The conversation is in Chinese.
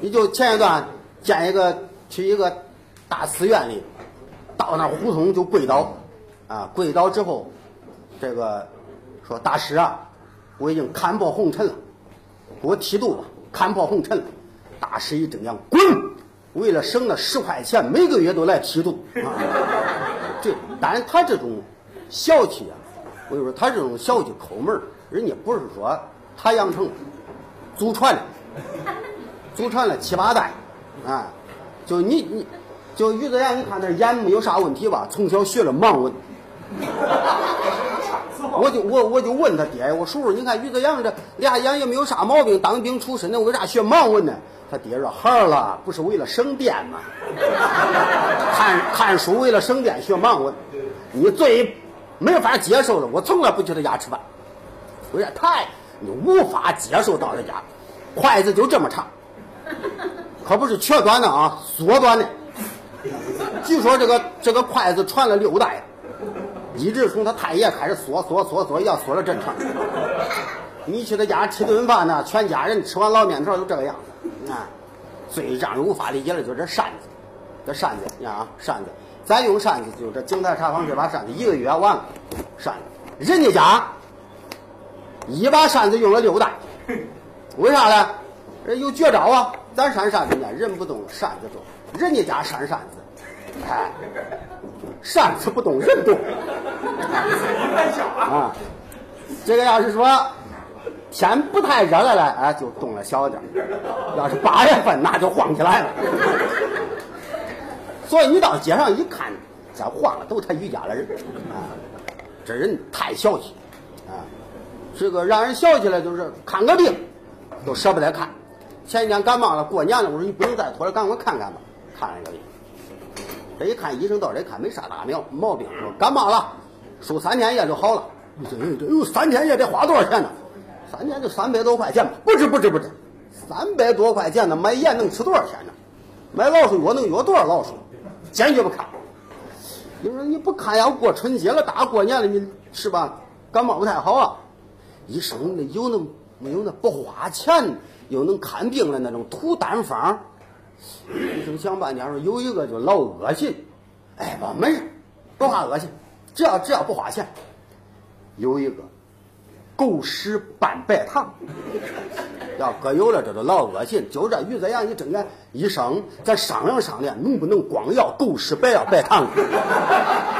你就前一段去一个大寺院里，到那胡同就跪倒，跪倒之后，这个说大师啊，我已经看破红尘了，给我剃度吧，看破红尘了。大师一睁眼，滚！为了省那10块钱，每个月都来剃度但是他这种小气啊，我就说他这种小气抠门，人家不是说他养成祖传了7、8代，就就于子阳，你看他眼没有啥问题吧？从小学了盲文，我就问他爹，我叔叔，你看于子阳这俩眼也没有啥毛病，当兵出身的，为啥学盲文呢？他爹说孩儿了，不是为了省电吗？看书为了省电学盲文，你最没法接受的，我从来不去他家吃饭，为啥？你无法接受到他家，筷子就这么长，可不是瘸端的啊，缩端的。据说这个筷子传了6代，一直从他太爷开始缩，要缩了真长。你去他家吃顿饭呢，全家人吃完老面条就这个样子。最让人无法理解的就是这扇子，你看扇子，咱用扇子就这景泰茶坊这把扇子1个月完了，扇子人家家一把扇子用了6代，为啥呢？人有绝招啊！咱扇扇子呢，人不动扇子动，人家家扇扇子，扇子不动人动这个要是说天不太热了就动了小点，要是8月份那就晃起来了。所以你到街上一看，这晃了都是他于家的人这人太小气这个让人小气了，就是看个病都舍不得看。前几天感冒了，过年了，我说你不能再拖了，赶快看看吧。看了个病，这一看医生到这一看没啥大毛病，说感冒了，输3天液就好了。3天液得花多少钱呢？3天就300多块钱吧？不止，300多块钱呢，买盐能吃多少钱呢？买老鼠药能药多少老鼠？坚决不看。你说你不看，要过春节了，大过年了，你是吧？感冒不太好啊。医生没有那不花钱又能看病的那种土单方。医生想半天说有一个就老恶心，没事，不怕恶心，只要不花钱。有一个狗屎拌白糖，要搁有了这都老恶心。就这于子阳一睁眼，医生咱商量，能不能光要狗屎白糖？